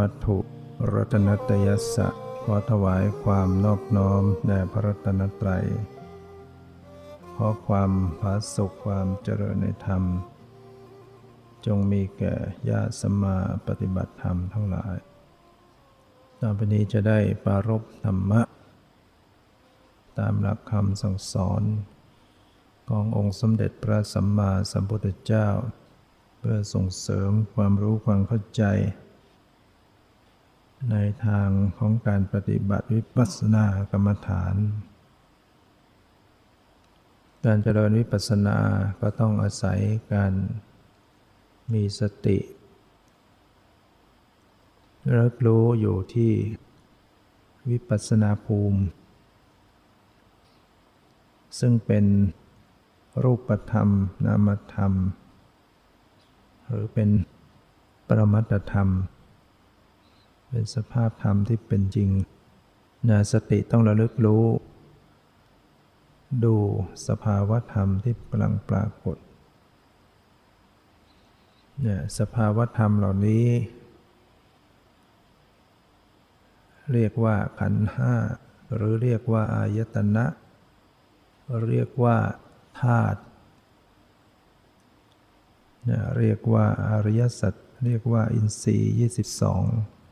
มัตถุรัตนัตยัสสะขอถวายความนอบน้อมแด่พระรัตนตรัยขอความผาสุกความเจริญในธรรมจงมีแก่ญาติสัมมาปฏิบัติธรรมทั้งหลายต่อไปนี้จะได้ปรารภธรรมะตามหลักคำสั่งสอนขององค์สมเด็จพระสัมมาสัมพุทธเจ้าเพื่อส่งเสริมความรู้ความเข้าใจในทางของการปฏิบัติวิปัสสนากรรมฐานการเจริญวิปัสสนาก็ต้องอาศัยการมีสติระลึกรู้อยู่ที่วิปัสสนาภูมิซึ่งเป็นรูปธรรมนามธรรมหรือเป็นปรมัตถธรรมเป็นสภาพธรรมที่เป็นจริงสติต้องระลึกรู้ดูสภาวะธรรมที่กำลังปรากฏสภาวะธรรมเหล่านี้เรียกว่าขันธ์ห้าหรือเรียกว่าอายตนะเรียกว่าธาตุเรียกว่าอริยสัจเรียกว่าอินทรีย์22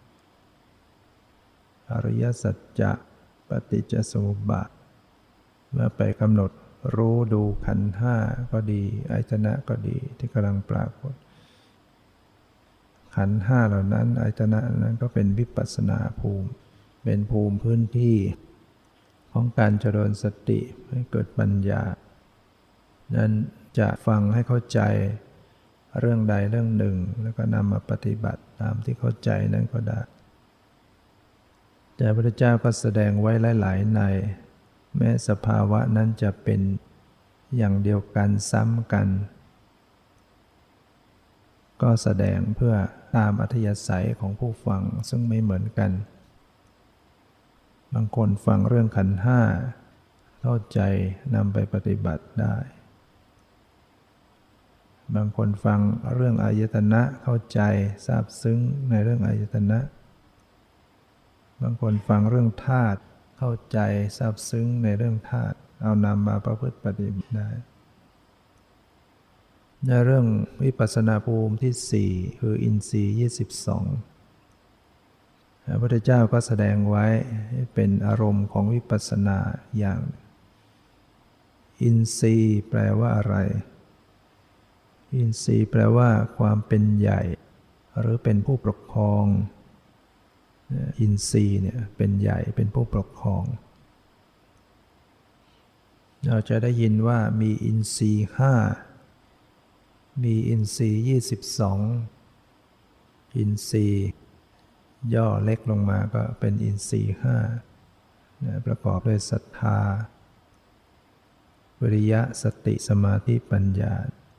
อริยสัจจะปฏิจจสมุปบาทเมื่อไปกำหนดรู้ดูขันธ์ห้าก็ดีอายตนะก็ดีที่กำลังปรากฏขันธ์ห้าเหล่านั้นอายตนะนั้นก็เป็นวิปัสสนาภูมิเป็นภูมิพื้นที่ของการเจริญสติให้เกิดปัญญานั้นจะฟังให้เข้าใจเรื่องใดเรื่องหนึ่งแล้วก็นำมาปฏิบัติตามที่เข้าใจนั้นก็ได้แต่พระพุทธเจ้าก็แสดงไว้หลายๆในแม้สภาวะนั้นจะเป็นอย่างเดียวกันซ้ำกันก็แสดงเพื่อตามอัธยาศัยของผู้ฟังซึ่งไม่เหมือนกันบางคนฟังเรื่องขันธ์ห้าเข้าใจนำไปปฏิบัติได้บางคนฟังเรื่องอายตนะเข้าใจซาบซึ้งในเรื่องอายตนะบางคนฟังเรื่องธาตุเข้าใจซาบซึ้งในเรื่องธาตุเอานำมาประพฤติปฏิบัติได้ในเรื่องวิปัสสนาภูมิที่4คืออินทรีย์22พระพุทธเจ้าก็แสดงไว้เป็นอารมณ์ของวิปัสสนาอย่างอินทรีย์แปลว่าอะไรอินทรีย์แปลว่าความเป็นใหญ่หรือเป็นผู้ปกครองอินทรีย์เนี่ยเป็นใหญ่เป็นผู้ปกครองเราจะได้ยินว่ามีอินทรีย์5มีอินทรีย์22อินทรีย์ย่อเล็กลงมาก็เป็นอินทรีย์5ประกอบด้วยศรัทธาวิริยะสติสมาธิปัญญา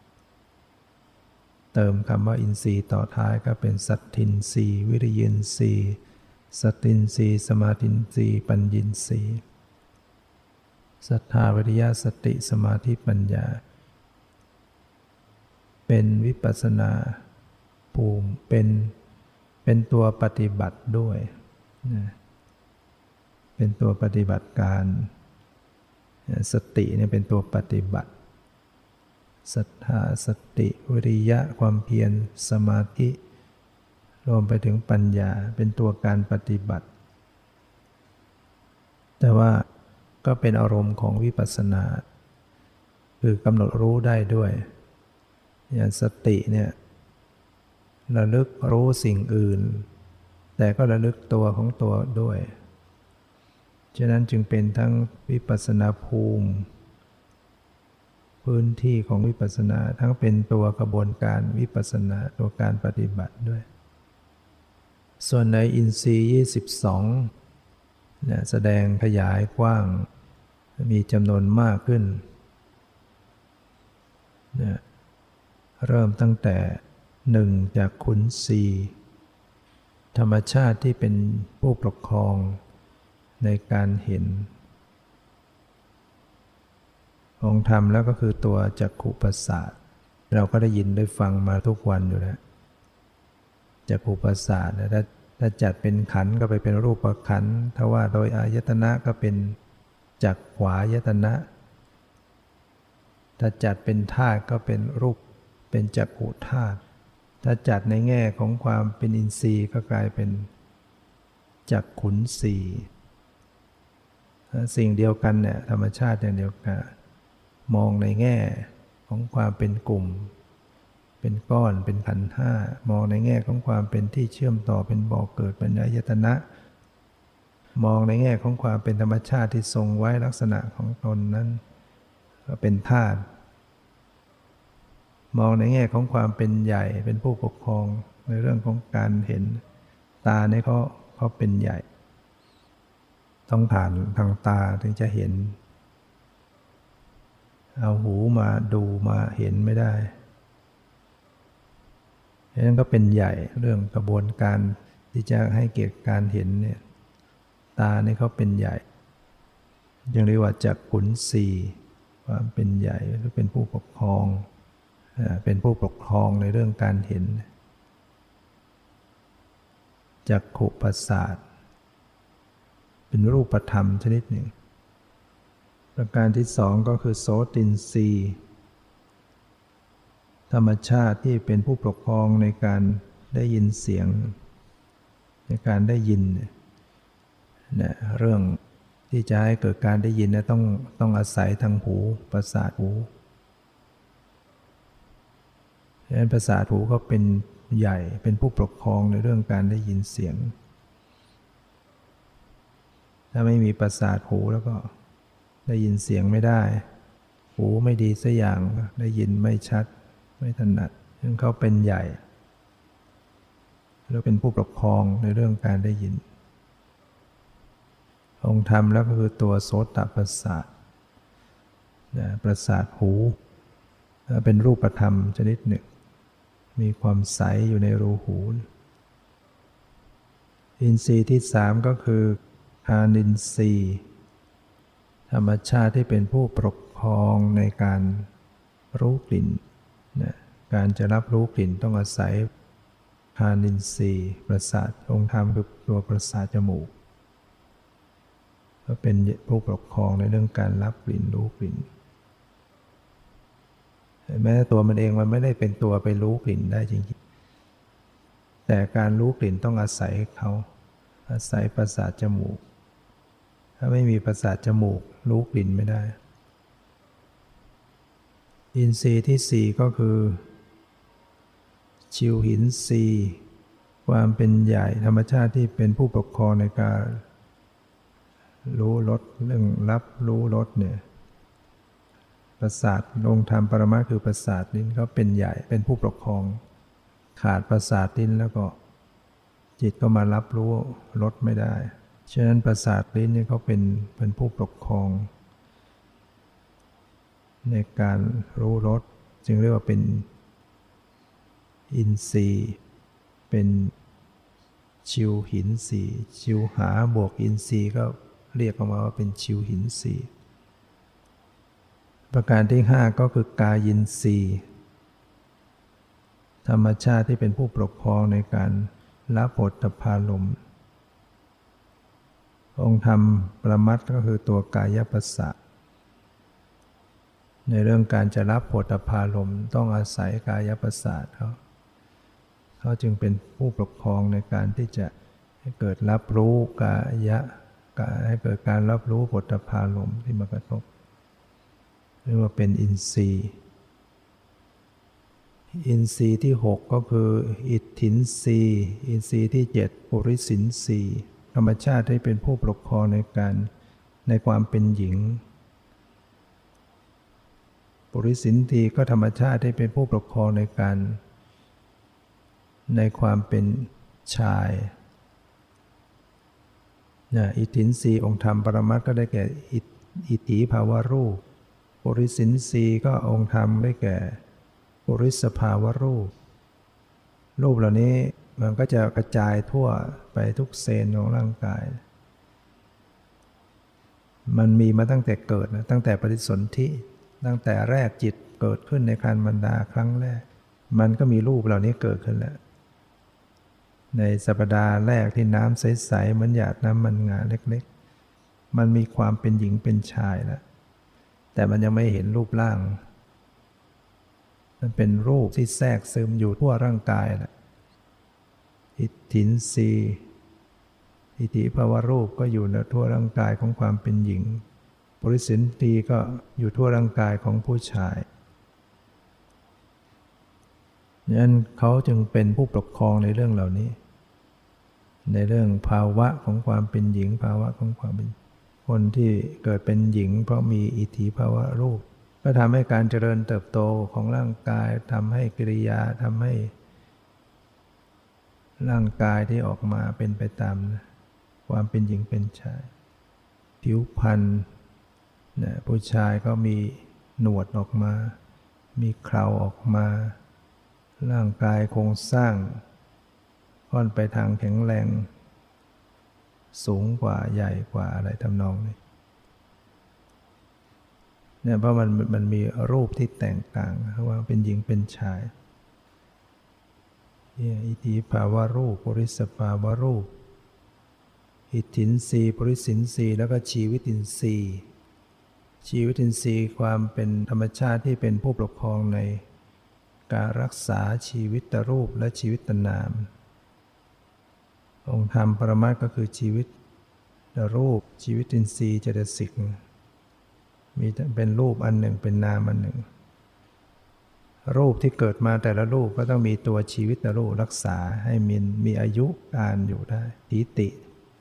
เติมคำว่าอินทรีย์ต่อท้ายก็เป็นสัตทินทรีย์วิริยินทรีย์สตินทรีย์สมาธินทรีย์ปัญญินทรีย์ศรัทธาวิริยะสติสมาธิปัญญาเป็นวิปัสสนาภูมิเป็นตัวปฏิบัติด้วยเป็นตัวปฏิบัติการสติเนี่ยเป็นตัวปฏิบัติศรัทธาสติวิริยะความเพียรสมาธิรวมไปถึงปัญญาเป็นตัวการปฏิบัติแต่ว่าก็เป็นอารมณ์ของวิปัสสนาคือกำหนดรู้ได้ด้วยอย่างสติเนี่ยระลึกรู้สิ่งอื่นแต่ก็ระลึกตัวของตัวด้วยฉะนั้นจึงเป็นทั้งวิปัสสนาภูมิพื้นที่ของวิปัสสนาทั้งเป็นตัวกระบวนการวิปัสสนาตัวการปฏิบัติด้วยส่วนในอินทรีย์22เนี่ยแสดงขยายกว้างมีจำนวนมากขึ้นเนี่ยเริ่มตั้งแต่1จากขุนศีธรรมชาติที่เป็นผู้ปกครองในการเห็นองค์ธรรมแล้วก็คือตัวจักขุประสาทเราก็ได้ยินได้ฟังมาทุกวันอยู่แล้วจักขุประสาทถ้าถ้าจัดเป็นขันธ์ก็ไปเป็นรูปขันธ์ถ้าว่าโดยอายตนะก็เป็นจักขวายตนะถ้าจัดเป็นธาตุก็เป็นรูปเป็นจักขุธาตุถ้าจัดในแง่ของความเป็นอินทรีย์ก็กลายเป็นจักขุนสีสิ่งเดียวกันเนี่ยธรรมชาติอย่างเดียวกันมองในแง่ของความเป็นกลุ่มเป็นก้อนเป็นขันธ์ห้ามองในแง่ของความเป็นที่เชื่อมต่อเป็นบ่อเกิดเป็นอายตนะมองในแง่ของความเป็นธรรมชาติที่ทรงไว้ลักษณะของตนนั้นก็เป็นธาตุมองในแง่ของความเป็นใหญ่เป็นผู้ปกครองในเรื่องของการเห็นตาเนี่ยเขาเป็นใหญ่ต้องผ่านทางตาถึงจะเห็นเอาหูมาดูมาเห็นไม่ได้ฉะนั้นก็เป็นใหญ่เรื่องกระบวนการที่จะให้เกิดการเห็นเนี่ยตาเนี่ยเขาเป็นใหญ่ยังเรียกว่าจักขุนสีความเป็นใหญ่หรือเป็นผู้ปกครองเป็นผู้ปกครองในเรื่องการเห็นจักขุประสาทเป็นรูปธรรมชนิดหนึ่งประการที่สองก็คือโสตินทรีย์ธรรมชาติที่เป็นผู้ปกครองในการได้ยินเสียงในการได้ยินเนี่ยเรื่องที่จะให้เกิดการได้ยินเนี่ยต้องอาศัยทางหูประสาทหูดังนั้นประสาทหูก็เป็นใหญ่เป็นผู้ปกครองในเรื่องการได้ยินเสียงถ้าไม่มีประสาทหูแล้วก็ได้ยินเสียงไม่ได้หูไม่ดีสักอย่างได้ยินไม่ชัดไม่ถนัดซึ่งเขาเป็นใหญ่แล้วเป็นผู้ปกครองในเรื่องการได้ยินองค์ธรรมแล้วก็คือตัวโสตประสาทประสาทหูเป็นรูปธรรมชนิดหนึ่งมีความใสอยู่ในรูหูอินทรีย์ที่สามก็คือฆานินทรีย์ธรรมชาติที่เป็นผู้ปกครองในการรู้กลิ่นการจะรับรู้กลิ่นต้องอาศัยฆานินทรีย์ประสาทองค์ธรรมคือตัวประสาทจมูกก็เป็นผู้ปกครองในเรื่องการรับกลิ่นรู้กลิ่นแม้ตัวมันเองมันไม่ได้เป็นตัวไปรู้กลิ่นได้จริงๆแต่การรู้กลิ่นต้องอาศัยเขาอาศัยประสาทจมูกถ้าไม่มีประสาทจมูกรู้กลิ่นไม่ได้อินทรีย์ที่สี่ก็คือชิวหินทรีย์ความเป็นใหญ่ธรรมชาติที่เป็นผู้ปกครองในการรู้รสเรื่องรับรู้รสเนี่ยประสาทองค์ธรรมปรมัตถ์คือประสาทลิ้นเขาเป็นใหญ่เป็นผู้ปกครองขาดประสาทลิ้นแล้วก็จิตก็มารับรู้รสไม่ได้ฉะนั้นประสาทลิ้นนี่เขาเป็นผู้ปกครองในการรู้รสจึงเรียกว่าเป็นอินทรีย์เป็นชิวหินทรีย์ชิวหาบวกอินทรีย์ก็เรียกออกมาว่าเป็นชิวหินทรีย์ประการที่ห้าก็คือกายินทรีย์ธรรมชาติที่เป็นผู้ปกครองในการละโผฏฐัพพารมณ์องค์ธรรมปรมัตถ์ก็คือตัวกายประสาทในเรื่องการจะรับโผฏฐัพพารมณ์ต้องอาศัยกายประสาทเขาจึงเป็นผู้ปกครองในการที่จะให้เกิดรับรู้กายะให้เกิดการรับรู้โผฏฐัพพารมณ์ที่มากระทบเรียกว่าเป็นอินทรีย์อินทรีย์ที่หกก็คืออิทธินทรีย์อินทรีย์ที่เจ็ดปุริสินทรีย์ธรรมชาติที่เป็นผู้ปกครองในความเป็นหญิงปุริสินทรีย์ก็ธรรมชาติที่เป็นผู้ปกครองในความเป็นชายอิทธินทรีย์องค์ธรรมปรมัตถ์ก็ได้แก่อิทธิภาวะรูปปุริสินทรีย์ก็องค์ธรรมได้แก่ปุริสภาวะรูปรูปเหล่านี้มันก็จะกระจายทั่วไปทุกเซลล์ของร่างกายมันมีมาตั้งแต่เกิดนะตั้งแต่ปฏิสนธิตั้งแต่แรกจิตเกิดขึ้นในครรภ์มารดาครั้งแรกมันก็มีรูปเหล่านี้เกิดขึ้นแล้วในสัปดาห์แรกที่น้ำใสๆเหมือนหยาดน้ำมันงาเล็กๆมันมีความเป็นหญิงเป็นชายแล้วแต่มันยังไม่เห็นรูปร่างมันเป็นรูปที่แทรกซึมอยู่ทั่วร่างกายแหละอิทธินรีอิทธิภาวรูปก็อยู่ในทั่วร่างกายของความเป็นหญิงปริสินทรีย์ก็อยู่ทั่วร่างกายของผู้ชายดังนั้นเขาจึงเป็นผู้ปกครองในเรื่องเหล่านี้ในเรื่องภาวะของความเป็นหญิงภาวะของความเป็นคนที่เกิดเป็นหญิงเพราะมีอิทธิภาวะรูปก็ทำให้การเจริญเติบโตของร่างกายทำให้กิริยาทำให้ร่างกายที่ออกมาเป็นไปตามความเป็นหญิงเป็นชายผิวพรรณผู้ชายก็มีหนวดออกมามีเคราออกมาร่างกายโครงสร้างค่อนไปทางแข็งแรงสูงกว่าใหญ่กว่าอะไรทำนองนี้เนี่ยเพราะมันมีรูปที่แตกต่างว่าเป็นหญิงเป็นชายอิทธิภาวะรูปปริสภาวะรูปอิทธินทรีย์ปริสินทรีย์แล้วก็ชีวิตินทรีย์ชีวิตินทรีย์ความเป็นธรรมชาติที่เป็นผู้ปกครองในการรักษาชีวิตรูปและชีวิตนามองค์ธรรมปรมัตถ์ก็คือชีวิตรูปชีวิตินทรีย์เจตสิกมีเป็นรูปอันหนึ่งเป็นนามอันหนึ่งรูปที่เกิดมาแต่ละรูปก็ต้องมีตัวชีวิตรูปรักษาให้มีอายุการอยู่ได้ทิฏฐิ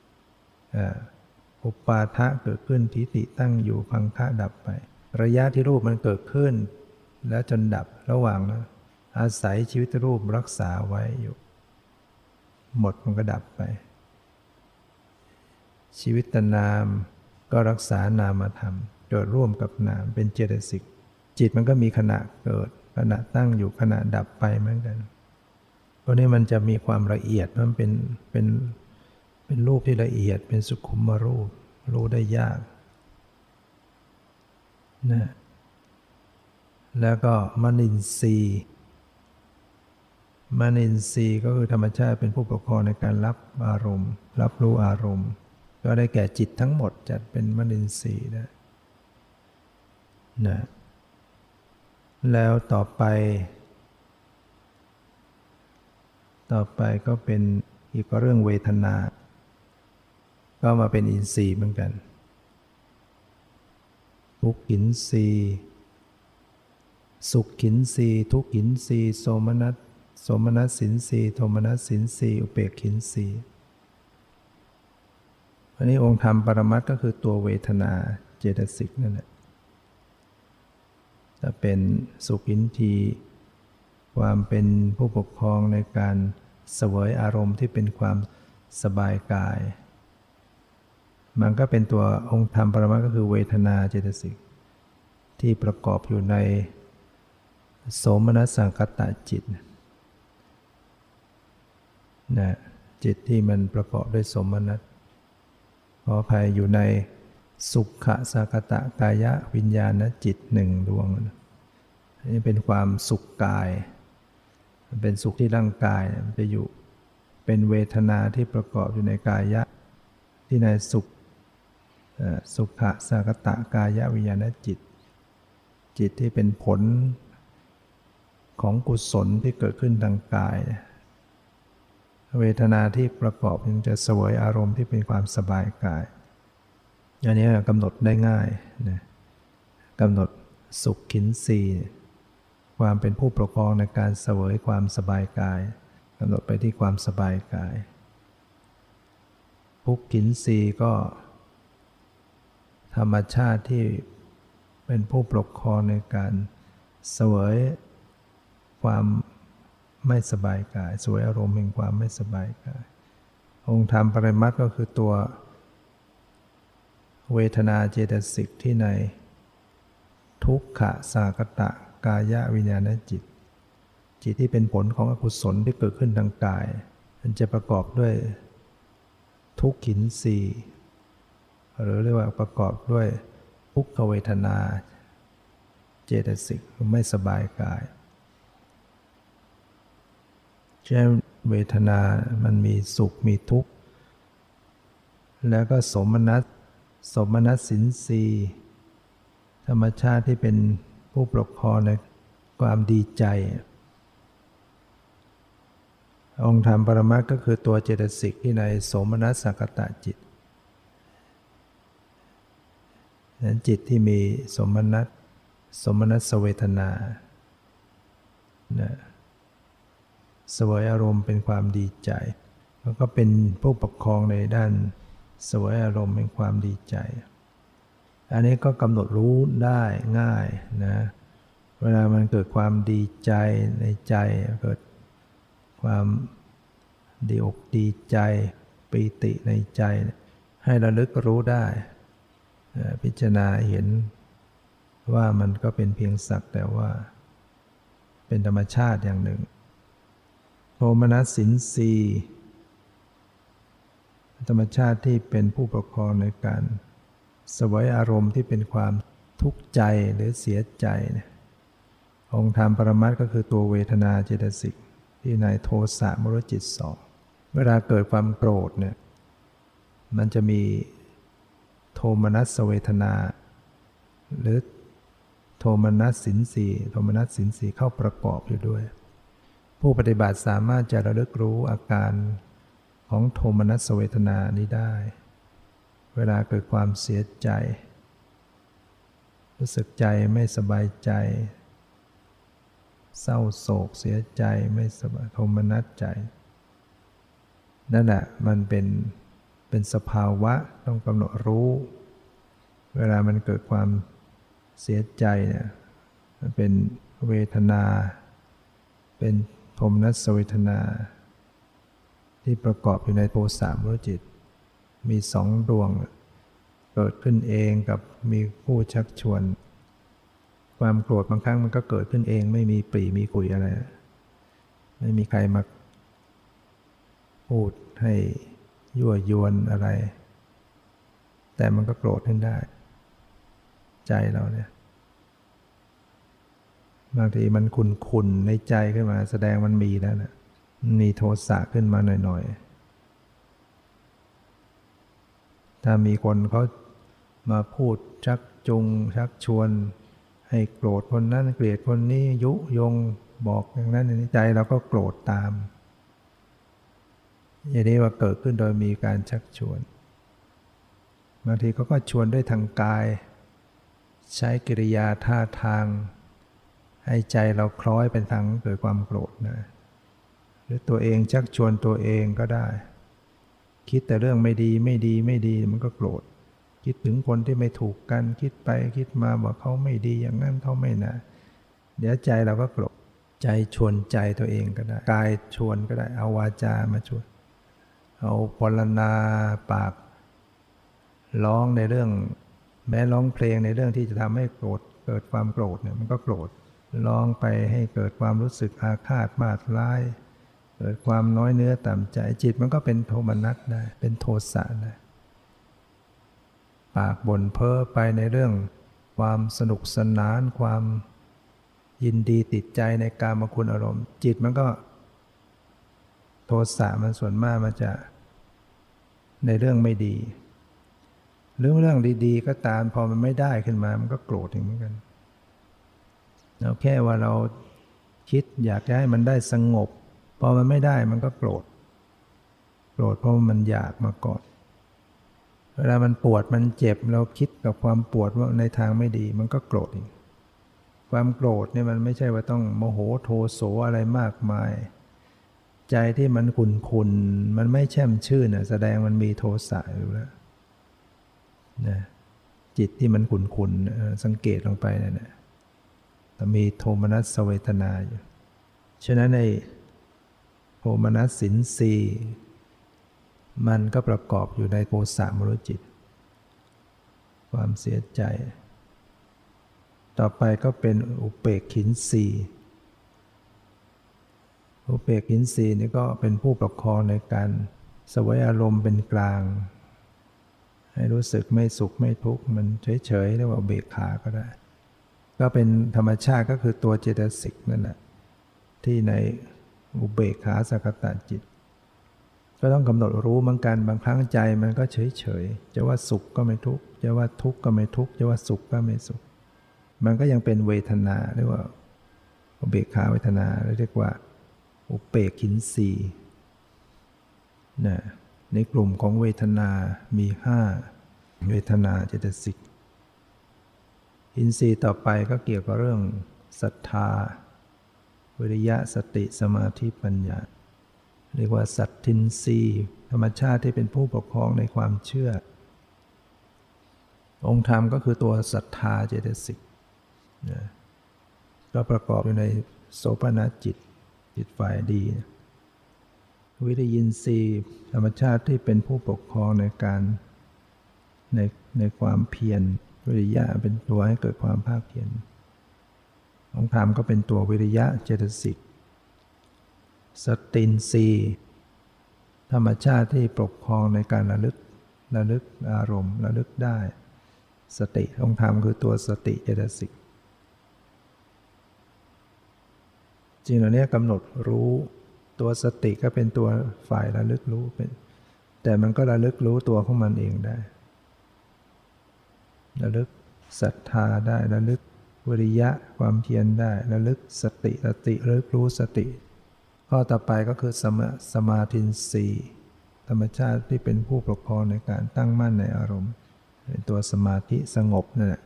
อุปาทะเกิดขึ้นทิฏฐิตั้งอยู่พังคะดับไประยะที่รูปมันเกิดขึ้นแล้วจนดับระหว่างนั้นอาศัยชีวิตรูปรักษาไว้อยู่หมดมันก็ดับไปชีวิตนามก็รักษานามธรรมเกิดร่วมกับนามเป็นเจตสิกจิตมันก็มีขณะเกิดขณะตั้งอยู่ขณะดับไปเหมือนกันเพราะนี้มันจะมีความละเอียดมันเป็นรูปที่ละเอียดเป็นสุขุมรูปรู้ได้ยากนะแล้วก็มนินทรีย์มนินทรีย์ก็คือธรรมชาติเป็นผู้ปกครองในการรับอารมณ์รับรู้อารมณ์ก็ได้แก่จิตทั้งหมดจัดเป็นมนินทรีย์นะแล้วต่อไปก็เป็นอีกเรื่องเวทนาก็มาเป็นอินทรีย์เหมือนกันทุกขินทรีย์สุขขินทรีย์ทุกขินทรีย์โสมนัสสินทรีย์โทมนัสสินทรีย์อุเบกขินทรีย์อันนี้องค์ธรรมปรมัตถ์ก็คือตัวเวทนาเจตสิกนั่นแหละจะเป็นสุขินทรีย์ความเป็นผู้ปกครองในการเสวยอารมณ์ที่เป็นความสบายกายมันก็เป็นตัวองค์ธรรมปรมัตถ์ก็คือเวทนาเจตสิกที่ประกอบอยู่ในโสมนัสสังคตะจิตนะจิตที่มันประกอบด้วยโสมนัสขออภัยอยู่ในสุขสังคตะกายะวิญญาณจิตหนึ่งดวงนี่เป็นความสุขกายมันเป็นสุขที่ร่างกายมันจะอยู่เป็นเวทนาที่ประกอบอยู่ในกายะที่ในสุขสังคตะกายะวิญญาณจิตที่เป็นผลของกุศลที่เกิดขึ้นทางกายเวทนาที่ประกอบยังจะเสวยอารมณ์ที่เป็นความสบายกายอันนี้กำหนดได้ง่ายนะกำหนดสุขขินทรีย์ความเป็นผู้ปกครองในการเสวยความสบายกายกำหนดไปที่ความสบายกายทุกขินทรีย์ก็ธรรมชาติที่เป็นผู้ปกครองในการเสวยความไม่สบายกายเสวยอารมณ์แห่งความไม่สบายกายองค์ธรรมปรมัตถ์ก็คือตัวเวทนาเจตสิกที่ในทุกขสังคตะกายะวิญญาณจิตที่เป็นผลของอกุศลที่เกิดขึ้นทางกายมันจะประกอบด้วยทุกขินทรีย์หรือเรียกว่าประกอบด้วยทุกขเวทนาเจตสิกไม่สบายกายเช่นเวทนามันมีสุขมีทุกข์แล้วก็สมนัสสินทรีย์ธรรมชาติที่เป็นผู้ปกครองในความดีใจองค์ธรรมปรมัตถ์ก็คือตัวเจตสิกที่ในโสมนัสสังคตะจิตนั้นจิตที่มีสมนัสเวทนาเสวยอารมณ์เป็นความดีใจแล้วก็เป็นผู้ปกครองในด้านเสวยอารมณ์เป็นความดีใจอันนี้ก็กำหนดรู้ได้ง่ายนะเวลามันเกิดความดีใจในใจเกิดความดีอกดีใจปีติในใจให้ระลึกรู้ได้พิจารณาเห็นว่ามันก็เป็นเพียงสักแต่ว่าเป็นธรรมชาติอย่างหนึ่งโทมนัสสินทรีย์ธรรมชาติที่เป็นผู้ปกครองในการเสวยอารมณ์ที่เป็นความทุกข์ใจหรือเสียใจองค์ธรรมปรมัตถ์ก็คือตัวเวทนาเจตสิกที่ในโทสะมรจิตสองเวลาเกิดความโกรธเนี่ยมันจะมีโทมนัสเวทนาหรือโทมนัสสินทรีย์เข้าประกอบอยู่ด้วยผู้ปฏิบัติสามารถจะระลึกรู้อาการของโทมนัสเวทนานี้ได้เวลาเกิดความเสียใจรู้สึกใจไม่สบายใจเศร้าโศกเสียใจไม่สบายโทมนัสใจนั่นแหละมันเป็นสภาวะต้องกำหนดรู้เวลามันเกิดความเสียใจเนี่ยมันเป็นเวทนาเป็นโทมนัสเวทนาที่ประกอบอยู่ในโทสะมรจิตมีสองดวงเกิดขึ้นเองกับมีผู้ชักชวนความโกรธบางครั้งมันก็เกิดขึ้นเองไม่มีปรีมีคุยอะไรไม่มีใครมาพูดให้ยั่วยวนอะไรแต่มันก็โกรธขึ้นได้ใจเราเนี่ยบางทีมันขุ่นในใจขึ้นมาแสดงมันมีแล้วนะมีโทสะขึ้นมาหน่อยๆถ้ามีคนเขามาพูดชักจูงชักชวนให้โกรธคนนั้นเกลียดคนนี้ยุยงบอกอย่างนั้นในใจเราก็โกรธตามอย่างนี้ว่าเกิดขึ้นโดยมีการชักชวนบางทีเขาก็ชวนด้วยทางกายใช้กิริยาท่าทางให้ใจเราคล้อยเป็นทางเกิดความโกรธนะหรือตัวเองชักชวนตัวเองก็ได้คิดแต่เรื่องไม่ดีมันก็โกรธคิดถึงคนที่ไม่ถูกกันคิดไปคิดมาบอกเขาไม่ดีอย่างนั้นเขาไม่นะเดี๋ยวใจเราก็โกรธใจชวนใจตัวเองก็ได้กายชวนก็ได้เอาวาจามาชวนเอาพรรณนาปากร้องในเรื่องแม้ร้องเพลงในเรื่องที่จะทำให้โกรธเกิดความโกรธเนี่ยมันก็โกรธร้องไปให้เกิดความรู้สึกอาฆาตมาดร้ายเกิดความน้อยเนื้อต่ำใจจิตมันก็เป็นโทมนัสได้เป็นโทสะได้ปากบ่นเพ้อไปในเรื่องความสนุกสนานความยินดีติดใจในกามคุณอารมณ์จิตมันก็โทสะมันส่วนมากมันจะในเรื่องไม่ดีเรื่องดีๆก็ตามพอมันไม่ได้ขึ้นมามันก็โกรธเหมือนกันเราแค่ว่าเราคิดอยากจะให้มันได้สงบพอมันไม่ได้มันก็โกรธเพราะมันอยากมาก่อนเวลามันปวดมันเจ็บเราคิดกับความปวดว่าในทางไม่ดีมันก็โกรธอีกความโกรธเนี่ยมันไม่ใช่ว่าต้องโมโหโทโสอะไรมากมายใจที่มันขุ่นมันไม่แช่มชื่นน่ะแสดงมันมีโทสะอยู่แล้วนะจิตที่มันขุ่นสังเกตลงไปนั่นน่ะแต่มีโทมนัสเวทนาอยู่ฉะนั้นในโทมนัสสินทรีย์มันก็ประกอบอยู่ในโทสะมรจิตความเสียใจต่อไปก็เป็นอุเบกขินทรีย์อุเบกขินทรีย์นี่ก็เป็นผู้ประคองในการเสวยอารมณ์เป็นกลางให้รู้สึกไม่สุขไม่ทุกข์มันเฉยๆเรียกว่าอุเบกขาก็ได้ก็เป็นธรรมชาติก็คือตัวเจตสิกนั่นแหละที่ในอุเบกขาสักตะจิตก็ต้องกำหนดรู้เหมือนกันบางครั้งใจมันก็เฉยๆจะว่าสุขก็ไม่ทุกข์จะว่าทุกข์ก็ไม่ทุกข์จะว่าสุขก็ไม่สุขมันก็ยังเป็นเวทนาเรียกว่าอุเบกขาเวทนาเรียกว่าอุเปกขินสีนะในกลุ่มของเวทนามี5เวทนาเจตสิกอินทรีย์ต่อไปก็เกี่ยวกับเรื่องศรัทธาวิริยะสติสมาธิปัญญาเรียกว่าสัตทินทรีย์ธรรมชาติที่เป็นผู้ปกครองในความเชื่อองค์ธรรมก็คือตัวศรัทธาเจตสิกนะก็ประกอบอยู่ในโสภณจิตจิตฝ่ายดีวิริยินทรีย์ธรรมชาติที่เป็นผู้ปกครองในการในความเพียรวิริยะเป็นตัวให้เกิดความภาคเพียรองค์ธรรมก็เป็นตัววิริยะเจตสิกสตินทรีย์ธรรมชาติที่ปกครองในการระลึกอารมณ์ระลึกได้สติองค์ธรรมคือตัวสติเจตสิกจริงเหล่านี้กำหนดรู้ตัวสติก็เป็นตัวฝ่ายระลึกรู้เป็นแต่มันก็ระลึกรู้ตัวของมันเองได้ระลึกศรัทธาได้ระลึกวิริยะความเพียรได้ระลึกสติระลึกรู้สติข้อต่อไปก็คือสมาธินทรีย์ธรรมชาติที่เป็นผู้ปกครองในการตั้งมั่นในอารมณ์เป็นตัวสมาธิสงบนั่นแหละ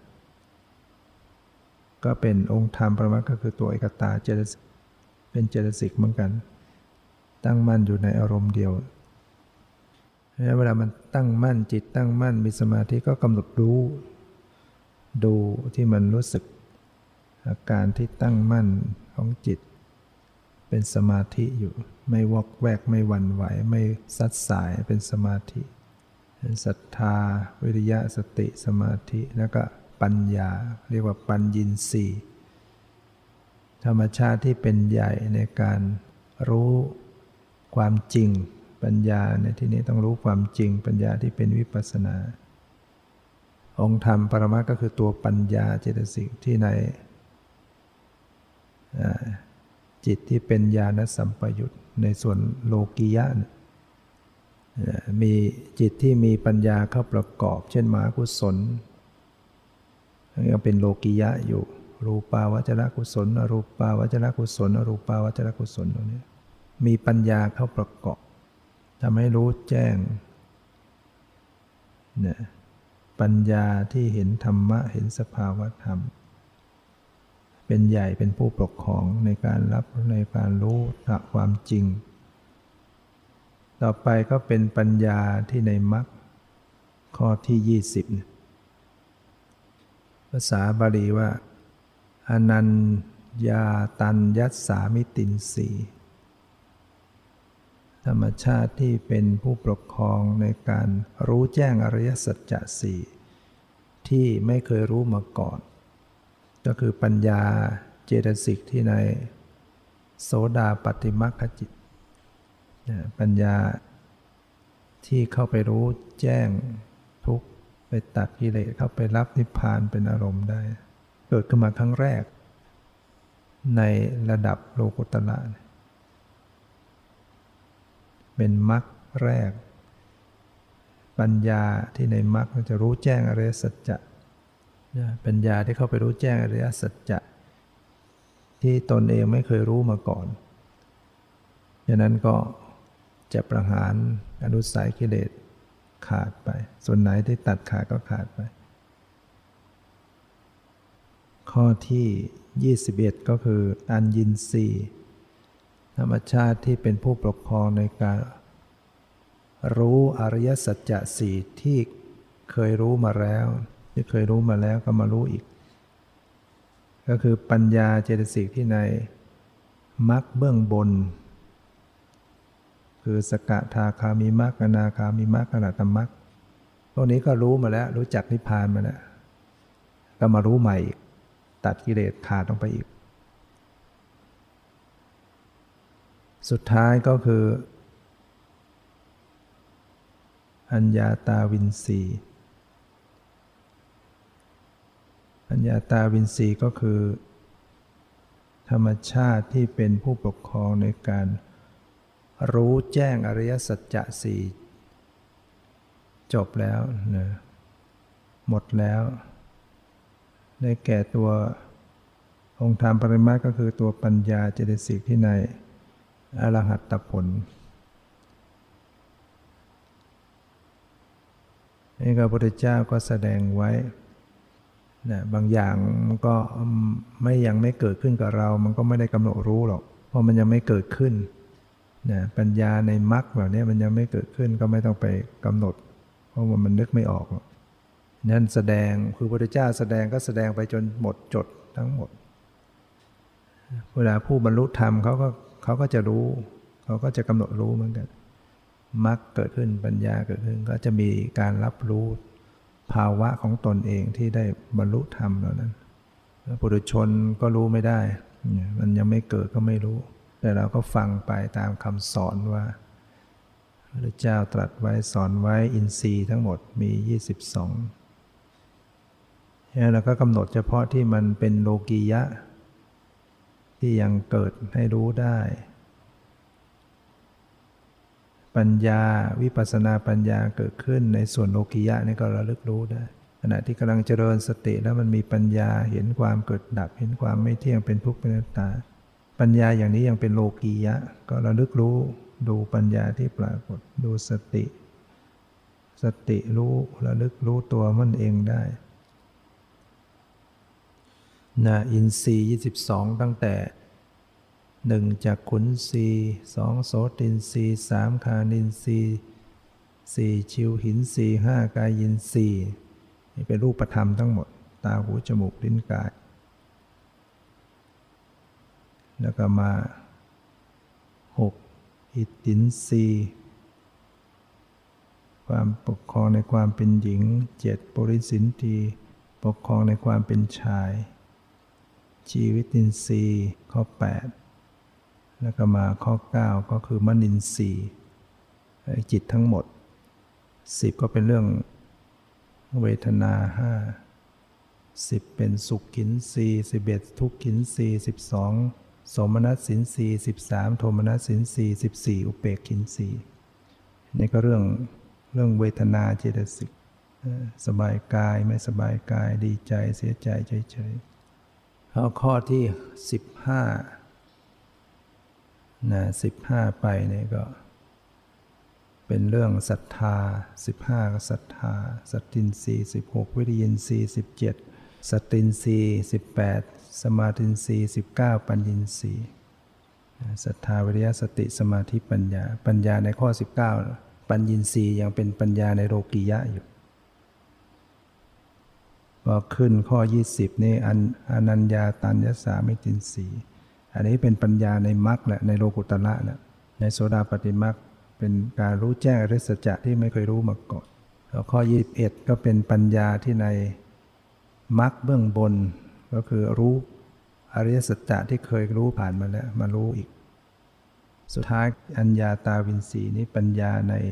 ก็เป็นองค์ธรรมปรมัตถ์ก็คือตัวเอกตาเจตสิกเป็นเจตสิกเหมือนกันตั้งมั่นอยู่ในอารมณ์เดียวเวลามันตั้งมั่นจิตตั้งมั่นมีสมาธิก็กำหนดรู้ดูที่มันรู้สึกอาการที่ตั้งมั่นของจิตเป็นสมาธิอยู่ไม่วอกแวกไม่หวั่นไหวไม่ซัดสายเป็นสมาธิศรัทธาวิริยะสติสมาธิแล้วก็ปัญญาเรียกว่าปัญญินทรีย์ธรรมชาติที่เป็นใหญ่ในการรู้ความจริงปัญญาในที่นี้ต้องรู้ความจริงปัญญาที่เป็นวิปัสสนาองค์ธรรมปรมัตถ์ก็คือตัวปัญญาเจตสิกที่ในจิตที่เป็นญาณสัมปยุตในส่วนโลกียะมีจิตที่มีปัญญาเข้าประกอบเช่นมหากุศลยังเป็นโลกียะอยู่รูปาวจรกุศลอรูปาวจรกุศลอรูปาวจรกุศลตรงนี้มีปัญญาเข้าประกอบทำให้รู้แจ้งเนี่ยปัญญาที่เห็นธรรมะเห็นสภาวะธรรมเป็นใหญ่เป็นผู้ปกครองในการรับในการรู้ความจริงต่อไปก็เป็นปัญญาที่ในมรรคข้อที่20ภาษาบาลีว่าอนัญญาตัญญัสสามิตินสีธรรมชาติที่เป็นผู้ปกครองในการรู้แจ้งอริยสัจจะสี่ที่ไม่เคยรู้มาก่อนก็คือปัญญาเจตสิกที่ในโสดาปัตติมรรคจิตปัญญาที่เข้าไปรู้แจ้งทุกข์ไปตัดกิเลสเข้าไปรับนิพพานเป็นอารมณ์ได้เกิดขึ้นมาครั้งแรกในระดับโลกุตระเป็นมรรคแรกปัญญาที่ในมรรคจะรู้แจ้งอริยสัจจะปัญญาที่เข้าไปรู้แจ้งอริยสัจจะที่ตนเองไม่เคยรู้มาก่อนฉะนั้นก็จะประหารอนุสัยกิเลสขาดไปส่วนไหนที่ตัดขาดก็ขาดไปข้อที่21ก็คืออัญญินทรีย์ธรรมชาติที่เป็นผู้ปกครองในการรู้อริยสัจจะสี่ที่เคยรู้มาแล้วที่เคยรู้มาแล้วก็มารู้อีกก็คือปัญญาเจตสิกที่ในมรรคเบื้องบนคือสกทาคามิมรรคอนาคามิมรรคอรหัตตมรรคพวกนี้ก็รู้มาแล้วรู้จักนิพพานมาแล้วก็มารู้ใหม่ตัดกิเลสขาดลงไปอีกสุดท้ายก็คืออัญญาตาวินสีอัญญาตาวินสีก็คือธรรมชาติที่เป็นผู้ปกครองในการรู้แจ้งอริยสัจจะสี่จบแล้วนะหมดแล้วได้แก่ตัวองค์ธรรมปริมัติก็คือตัวปัญญาเจตสิกที่ในอรหัตตผลนี่พระพุทธเจ้าก็แสดงไว้นะบางอย่างมันก็ยังไม่เกิดขึ้นกับเรามันก็ไม่ได้กำหนดรู้หรอกเพราะมันยังไม่เกิดขึ้นนะปัญญาในมรรคแบบนี้มันยังไม่เกิดขึ้นก็ไม่ต้องไปกำหนดเพราะว่ามันนึกไม่ออกนั่นแสดงคือพระพุทธเจ้าแสดงก็แสดงไปจนหมดจดทั้งหมดเวลาผู้บรรลุธรรมเขาก็จะรู้เขาก็จะกำหนดรู้เหมือนกันมรรคเกิดขึ้นปัญญาเกิดขึ้นก็จะมีการรับรู้ภาวะของตนเองที่ได้บรรลุธรรมเหล่านั้นปุถุชนก็รู้ไม่ได้มันยังไม่เกิดก็ไม่รู้แต่เราก็ฟังไปตามคำสอนว่าพระเจ้าตรัสไว้สอนไว้อินทรีย์ทั้งหมดมี22แล้วเราก็กำหนดเฉพาะที่มันเป็นโลกียะที่ยังเกิดให้รู้ได้ปัญญาวิปัสสนาปัญญาเกิดขึ้นในส่วนโลกียะนี่ก็ระลึกรู้ได้ขณะที่กำลังเจริญสติแล้วมันมีปัญญาเห็นความเกิดดับเห็นความไม่เที่ยงเป็นทุกข์เป็นอนัตตาปัญญาอย่างนี้ยังเป็นโลกียะก็ระลึกรู้ดูปัญญาที่ปรากฏดูสติรู้ระลึกรู้ตัวมันเองได้นะอินทรีย์22ตั้งแต่1จักขุนทรีย์2โสตินทรีย์3คานินทรีย์4ชิวหินทรีย์5กายินทรีย์นี่เป็นรูปธรรมทั้งหมดตาหูจมูกลิ้นกายแล้วก็มา6อิทธินทรีย์ความปกครองในความเป็นหญิง7ปุริสินทรีย์ปกครองในความเป็นชายชีวิตินทรีย์ข้อ8แล้วก็มาข้อ9ก็คือมนินทรีย์จิตทั้งหมด10ก็เป็นเรื่องเวทนา5 10เป็นสุขขินทรีย์11ทุกขินทรีย์12โสมนัสสินทรีย์13โทมนัสสินทรีย์14อุเบกขินทรีย์นี่ก็เรื่องเวทนาเจตสิกสบายกายไม่สบายกายดีใจเสียใจเฉยๆเอาข้อที่15นะ15ไปนี่ก็เป็นเรื่องศรัทธา15ก็ศรัทธาสัตตินทรีย์16วิริยินทรีย์17สัตตินทรีย์18สมาธินทรีย์19ปัญญินทรีย์ศรัทธาวิริยะสติสมาธิปัญญาในข้อ19ปัญญินทรีย์ยังเป็นปัญญาในโลกียะอยู่พอขึ้นข้อ20นี่อนัญญาตัญญสามิตินทรีย์อันนี้เป็นปัญญาในมรรคแหละในโลกุตระแหละในโสดาปัตติมรรคเป็นการรู้แจ้งอริยสัจจะที่ไม่เคยรู้มาก่อนแล้วข้อ21ก็เป็นปัญญาที่ในมรรคเบื้องบนก็คือรู้อริยสัจจะที่เคยรู้ผ่านมาแล้วมารู้อีกสุดท้ายอัญญาตาวินสีนี้ปัญญา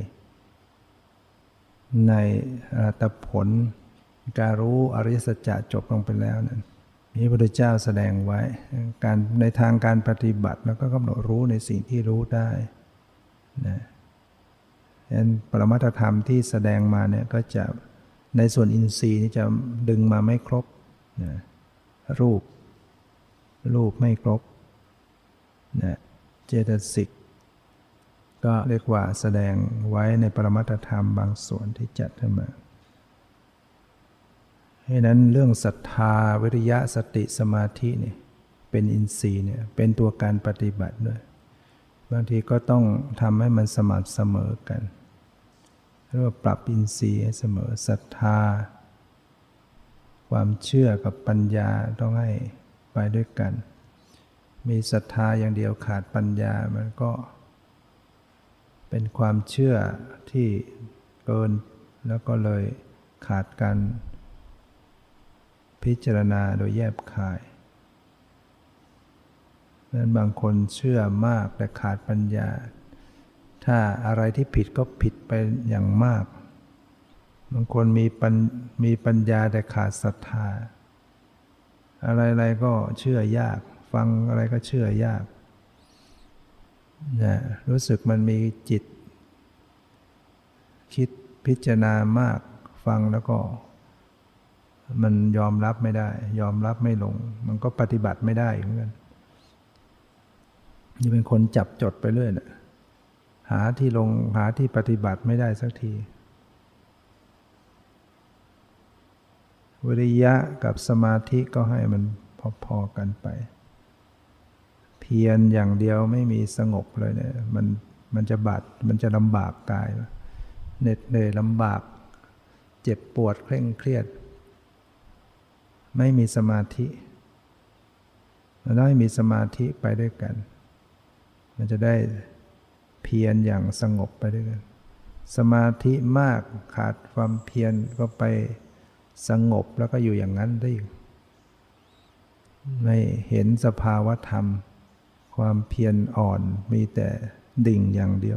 ในอรหัตผลการรู้อริยสัจจะจบลงไปแล้วนั้นมีพระพุทธเจ้าแสดงไว้การในทางการปฏิบัติแล้วก็กำหนดรู้ในสิ่งที่รู้ได้นะฉะนั้นปรมัตถธรรมที่แสดงมาเนี่ยก็จะในส่วนอินทรีย์นี่จะดึงมาไม่ครบนะรูปไม่ครบนะเจตสิกก็เรียกว่าแสดงไว้ในปรมัตถธรรมบางส่วนที่จัดขึ้นมาให้นั้นเรื่องศรัทธาวิริยะสติสมาธิเนี่ยเป็นอินทรีย์เนี่ยเป็นตัวการปฏิบัติด้วยบางทีก็ต้องทำให้มันสม่ำเสมอกันเรียกว่าปรับอินทรีย์ให้เสมอศรัทธาความเชื่อกับปัญญาต้องให้ไปด้วยกันมีศรัทธาอย่างเดียวขาดปัญญามันก็เป็นความเชื่อที่เกินแล้วก็เลยขาดการพิจารณาโดยแยบคายนั้นบางคนเชื่อมากแต่ขาดปัญญาถ้าอะไรที่ผิดก็ผิดไปอย่างมากบางคนมีปัญญาแต่ขาดศรัทธาอะไรๆก็เชื่อยากฟังอะไรก็เชื่อยากนะรู้สึกมันมีจิตคิดพิจารณามากฟังแล้วก็มันยอมรับไม่ได้ยอมรับไม่ลงมันก็ปฏิบัติไม่ได้เหมือนกันนี่เป็นคนจับจดไปเรื่อยนะหาที่ลงหาที่ปฏิบัติไม่ได้สักทีวิริยะกับสมาธิก็ให้มันพอๆกันไปเพียรอย่างเดียวไม่มีสงบเลยเนี่ยมันจะมันจะลำบากกายเหน็ดเหนื่อยลำบากเจ็บปวดเคร่งเครียดไม่มีสมาธิมันต้องให้มีสมาธิไปด้วยกันมันจะได้เพียรอย่างสงบไปด้วยกันสมาธิมากขาดความเพียรก็ไปสงบแล้วก็อยู่อย่างนั้นได้ไม่เห็นสภาวะธรรมความเพียรอ่อนมีแต่ดิ่งอย่างเดียว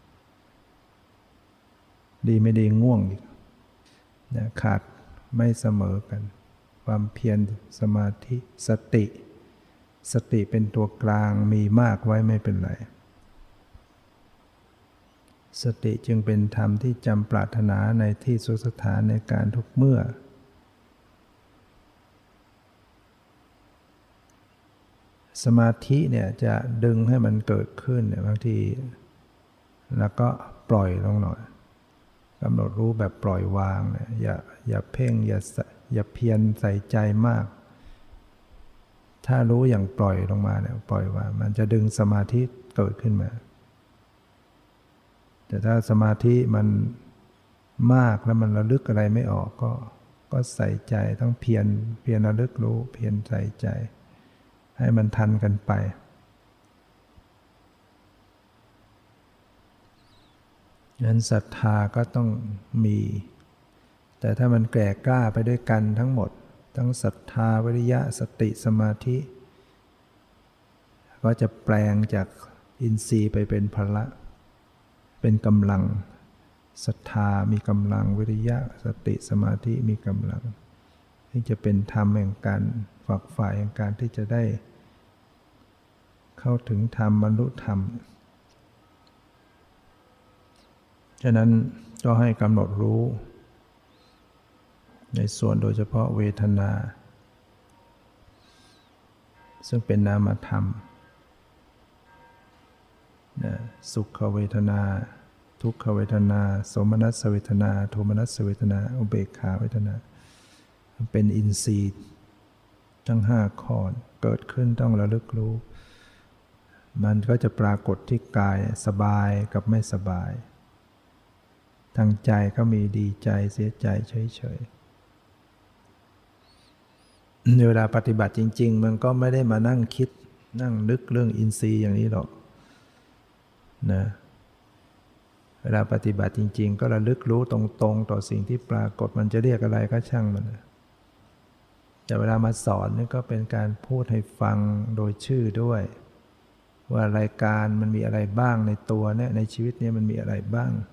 ดีไม่ดีง่วงอีกนะขาดไม่เสมอกันความเพียรสมาธิสติเป็นตัวกลางมีมากไว้ไม่เป็นไรสติจึงเป็นธรรมที่จำปรารถนาในที่สุสถานในการทุกเมื่อสมาธิเนี่ยจะดึงให้มันเกิดขึ้นเนี่ยบางทีแล้วก็ปล่อยลงหน่อยกำหนดรู้แบบปล่อยวางเนี่ยอย่าเพ่งอย่าเพียรใส่ใจมากถ้ารู้อย่างปล่อยลงมาเนี่ยปล่อยวางมันจะดึงสมาธิเกิดขึ้นมาแต่ถ้าสมาธิมันมากแล้วมันระลึกอะไรไม่ออกก็ใส่ใจต้องเพียรระลึกรู้เพียรใส่ใจให้มันทันกันไปงั้นศรัทธาก็ต้องมีแต่ถ้ามันแก่กล้าไปด้วยกันทั้งหมดทั้งศรัทธาวิริยะสติสมาธิก็จะแปลงจากอินทรีย์ไปเป็นพละเป็นกำลังศรัทธามีกำลังวิริยะสติสมาธิมีกำลังที่จะเป็นธรรมแห่งการฝักใฝ่แห่งการที่จะได้เข้าถึงธรรมบรรลุธรรมฉะนั้นก็ให้กำหนดรู้ในส่วนโดยเฉพาะเวทนาซึ่งเป็นนามธรรมสุขเวทนาทุกขเวทนาโสมนัสเวทนาโทมนัสเวทนาอุเบกขาเวทนาเป็นอินทรีย์ทั้ง5ข้อเกิดขึ้นต้องระลึกรู้มันก็จะปรากฏที่กายสบายกับไม่สบายทางใจก็มีดีใจเสียใจเฉยๆเวลาปฏิบัติจริงๆมันก็ไม่ได้มานั่งคิดนั่งนึกเรื่องอินทรีย์อย่างนี้หรอกนะเวลาปฏิบัติจริงๆก็ระลึกรู้ตรงๆต่อสิ่งที่ปรากฏมันจะเรียกอะไรก็ช่างมันแต่เวลามาสอนนี่ก็เป็นการพูดให้ฟังโดยชื่อด้วยว่ารายการมันมีอะไรบ้างในตัวเนี่ยในชีวิตนี้มันมีอะไรบ้าง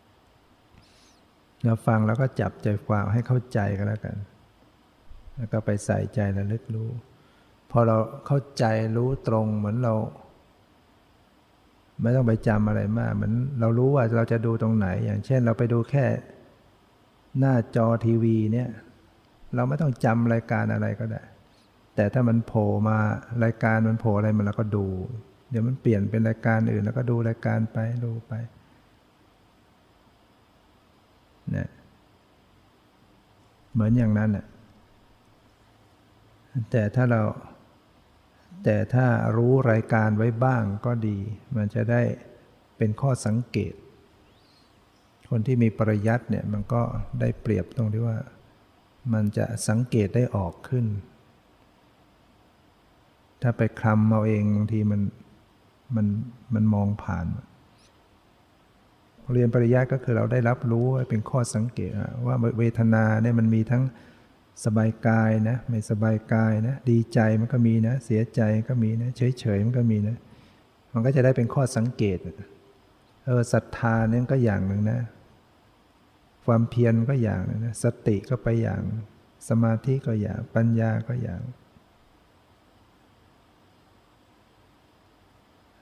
เราฟังแล้วก็จับใจความให้เข้าใจก็แล้วกันแล้วก็ไปใส่ใจระลึกรู้พอเราเข้าใจรู้ตรงเหมือนเราไม่ต้องไปจำอะไรมากเหมือนเรารู้ว่าเราจะดูตรงไหนอย่างเช่นเราไปดูแค่หน้าจอทีวีเนี่ยเราไม่ต้องจำรายการอะไรก็ได้แต่ถ้ามันโผล่มารายการมันโผล่อะไรมันเราก็ดูเดี๋ยวมันเปลี่ยนเป็นรายการอื่นแล้วก็ดูรายการไปดูไปเนี่ยเหมือนอย่างนั้นน่ะแต่ถ้ารู้รายการไว้บ้างก็ดีมันจะได้เป็นข้อสังเกตคนที่มีปริยัติเนี่ยมันก็ได้เปรียบตรงที่ว่ามันจะสังเกตได้ออกขึ้นถ้าไปคลำเอาเองบางทีมันมองผ่านเรียนปริยัติก็คือเราได้รับรู้เป็นข้อสังเกตว่าเวทนาเนี่ยมันมีทั้งสบายกายนะไม่สบายกายนะดีใจมันก็มีนะเสียใจก็มีนะเฉยๆมันก็มีนะมันก็จะได้เป็นข้อสังเกตศรัทธาเนี่ยก็อย่างหนึ่งนะความเพียรก็อย่างนึงนะสติก็ไปอย่างสมาธิก็อย่างปัญญาก็อย่าง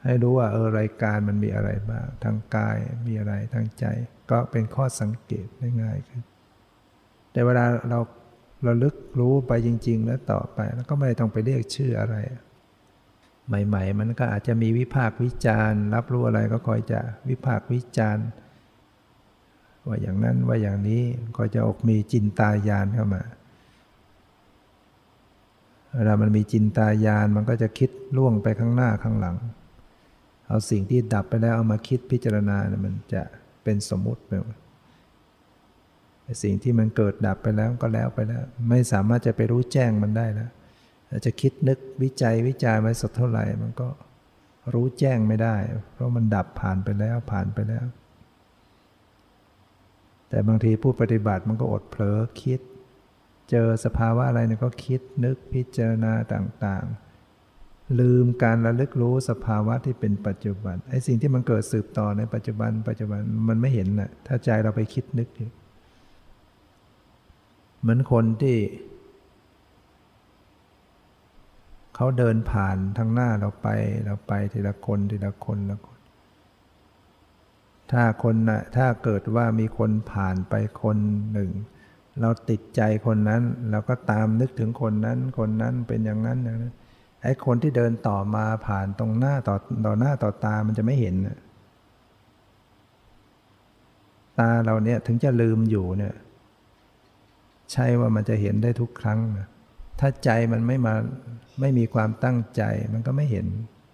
ให้รู้ว่ารายการมันมีอะไรบ้างทางกายมีอะไรทางใจก็เป็นข้อสังเกตได้ง่ายขึ้นแต่เวลาเราระลึกรู้ไปจริงๆแล้วต่อไปแล้วก็ไม่ต้องไปเรียกชื่ออะไรใหม่ๆมันก็อาจจะมีวิพากษ์วิจารณ์รับรู้อะไรก็คอยจะวิพากษ์วิจารณ์ว่าอย่างนั้นว่าอย่างนี้ก็จะออกมีจินตายานเข้ามาเวลามันมีจินตายานมันก็จะคิดล่วงไปข้างหน้าข้างหลังเอาสิ่งที่ดับไปแล้วเอามาคิดพิจารณาเนี่ยมันจะเป็นสมมุติไปสิ่งที่มันเกิดดับไปแล้วก็แล้วไปแล้วไม่สามารถจะไปรู้แจ้งมันได้แล้วจะคิดนึกวิจัยวิจารณ์ไว้สักเท่าไหร่มันก็รู้แจ้งไม่ได้เพราะมันดับผ่านไปแล้วผ่านไปแล้วแต่บางทีผู้ปฏิบัติมันก็อดเผลอคิดเจอสภาวะอะไรเนี่ยก็คิดนึกพิจารณาต่างๆลืมการระลึกรู้สภาวะที่เป็นปัจจุบันไอ้สิ่งที่มันเกิดสืบต่อในปัจจุบันมันไม่เห็นน่ะถ้าใจเราไปคิดนึกเหมือนคนที่เขาเดินผ่านทางหน้าเราไปทีละคนทีละคนละคนถ้าเกิดว่ามีคนผ่านไปคนหนึ่งเราติดใจคนนั้นเราก็ตามนึกถึงคนนั้นเป็นอย่างนั้นอย่างนั้นไอ้คนที่เดินต่อมาผ่านตรงหน้าต่อหน้าต่อตามันจะไม่เห็นตาเราเนี่ยถึงจะลืมอยู่เนี่ยใช่ว่ามันจะเห็นได้ทุกครั้งถ้าใจมันไม่มีความตั้งใจมันก็ไม่เห็น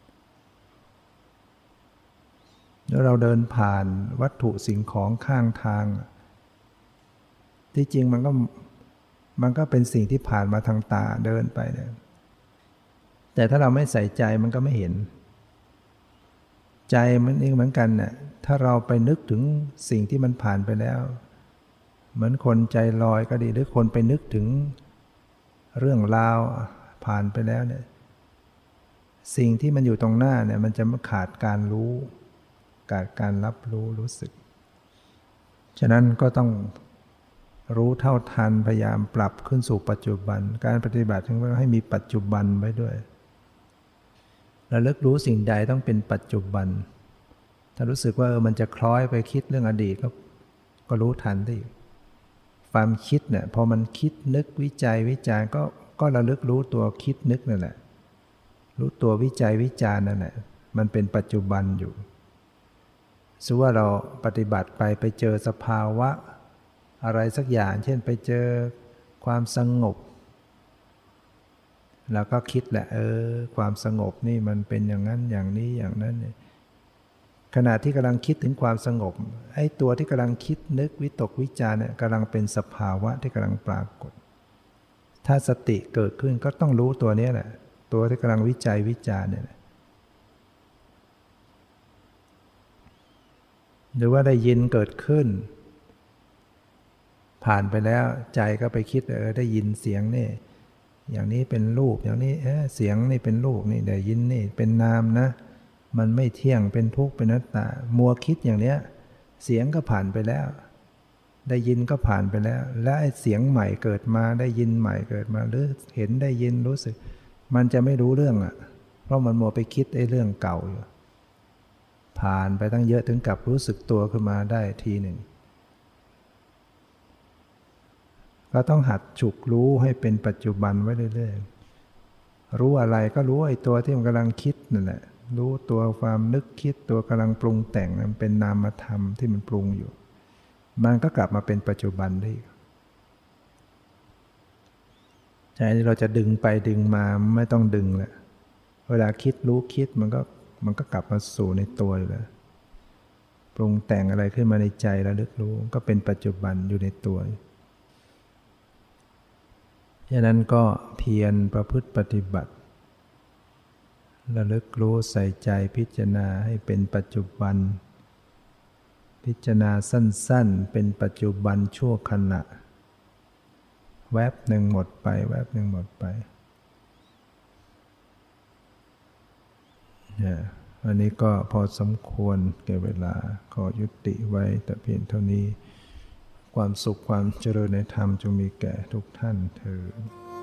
แล้วเราเดินผ่านวัตถุสิ่งของข้างทางที่จริงมันก็เป็นสิ่งที่ผ่านมาทางตาเดินไปเนี่ยแต่ถ้าเราไม่ใส่ใจมันก็ไม่เห็นใจมันเองเหมือนกันน่ะถ้าเราไปนึกถึงสิ่งที่มันผ่านไปแล้วเหมือนคนใจลอยก็ดีหรือคนไปนึกถึงเรื่องราวผ่านไปแล้วเนี่ยสิ่งที่มันอยู่ตรงหน้าเนี่ยมันจะขาดการรู้ขาดการรับรู้สึกฉะนั้นก็ต้องรู้เท่าทันพยายามปรับขึ้นสู่ปัจจุบันการปฏิบัติถึงว่าให้มีปัจจุบันไว้ด้วยระลึกรู้สิ่งใดต้องเป็นปัจจุบันถ้ารู้สึกว่ามันจะคล้อยไปคิดเรื่องอดีตก็รู้ทันที่ความคิดเนี่ยพอมันคิดนึกวิจัยวิจารณ์ก็ระลึกรู้ตัวคิดนึกนั่นแหละรู้ตัววิจัยวิจารณ์นั่นแหละมันเป็นปัจจุบันอยู่สมมุติว่าเราปฏิบัติไปเจอสภาวะอะไรสักอย่างเช่นไปเจอความสงบเราก็คิดแหละความสงบนี่มันเป็นอย่างนั้นอย่างนี้อย่างนั้นเนี่ยขณะที่กำลังคิดถึงความสงบไอ้ตัวที่กำลังคิดนึกวิตกวิจารเนี่ยกำลังเป็นสภาวะที่กำลังปรากฏถ้าสติเกิดขึ้นก็ต้องรู้ตัวนี้แหละตัวที่กำลังวิจัยวิจารเนี่ยหรือว่าได้ยินเกิดขึ้นผ่านไปแล้วใจก็ไปคิดได้ยินเสียงนี่อย่างนี้เป็นรูปอย่างนี้เสียงนี่เป็นรูปนี่ได้ยินนี่เป็นนามนะมันไม่เที่ยงเป็นทุกข์เป็นอนัตตามัวคิดอย่างเนี้ยเสียงก็ผ่านไปแล้วได้ยินก็ผ่านไปแล้วและไอ้เสียงใหม่เกิดมาได้ยินใหม่เกิดมาหรือเห็นได้ยินรู้สึกมันจะไม่รู้เรื่องเพราะมันมัวไปคิดไอ้เรื่องเก่าอยู่ผ่านไปตั้งเยอะถึงกับรู้สึกตัวขึ้นมาได้ทีหนึ่งก็ต้องหัดฉุกรู้ให้เป็นปัจจุบันไว้เรื่อยๆรู้อะไรก็รู้ไอ้ตัวที่มันกำลังคิดนั่นแหละรู้ตัวความนึกคิดตัวกำลังปรุงแต่งมันเป็นนามธรรมที่มันปรุงอยู่มันก็กลับมาเป็นปัจจุบันได้ใจที่เราจะดึงไปดึงมาไม่ต้องดึงแหละเวลาคิดรู้คิดมันก็กลับมาสู่ในตัวอยู่แล้วปรุงแต่งอะไรขึ้นมาในใจระลึกรู้ก็เป็นปัจจุบันอยู่ในตัวฉะนั้นก็เพียรประพฤติปฏิบัติระลึกรู้ใส่ใจพิจารณาให้เป็นปัจจุบันพิจารณาสั้นๆเป็นปัจจุบันชั่วขณะแวบหนึ่งหมดไปแวบหนึ่งหมดไปอันนี้ก็พอสมควรแก่เวลาขอยุติไว้แต่เพียงเท่านี้ความสุขความเจริญในธรรมจงมีแก่ทุกท่านเทอญ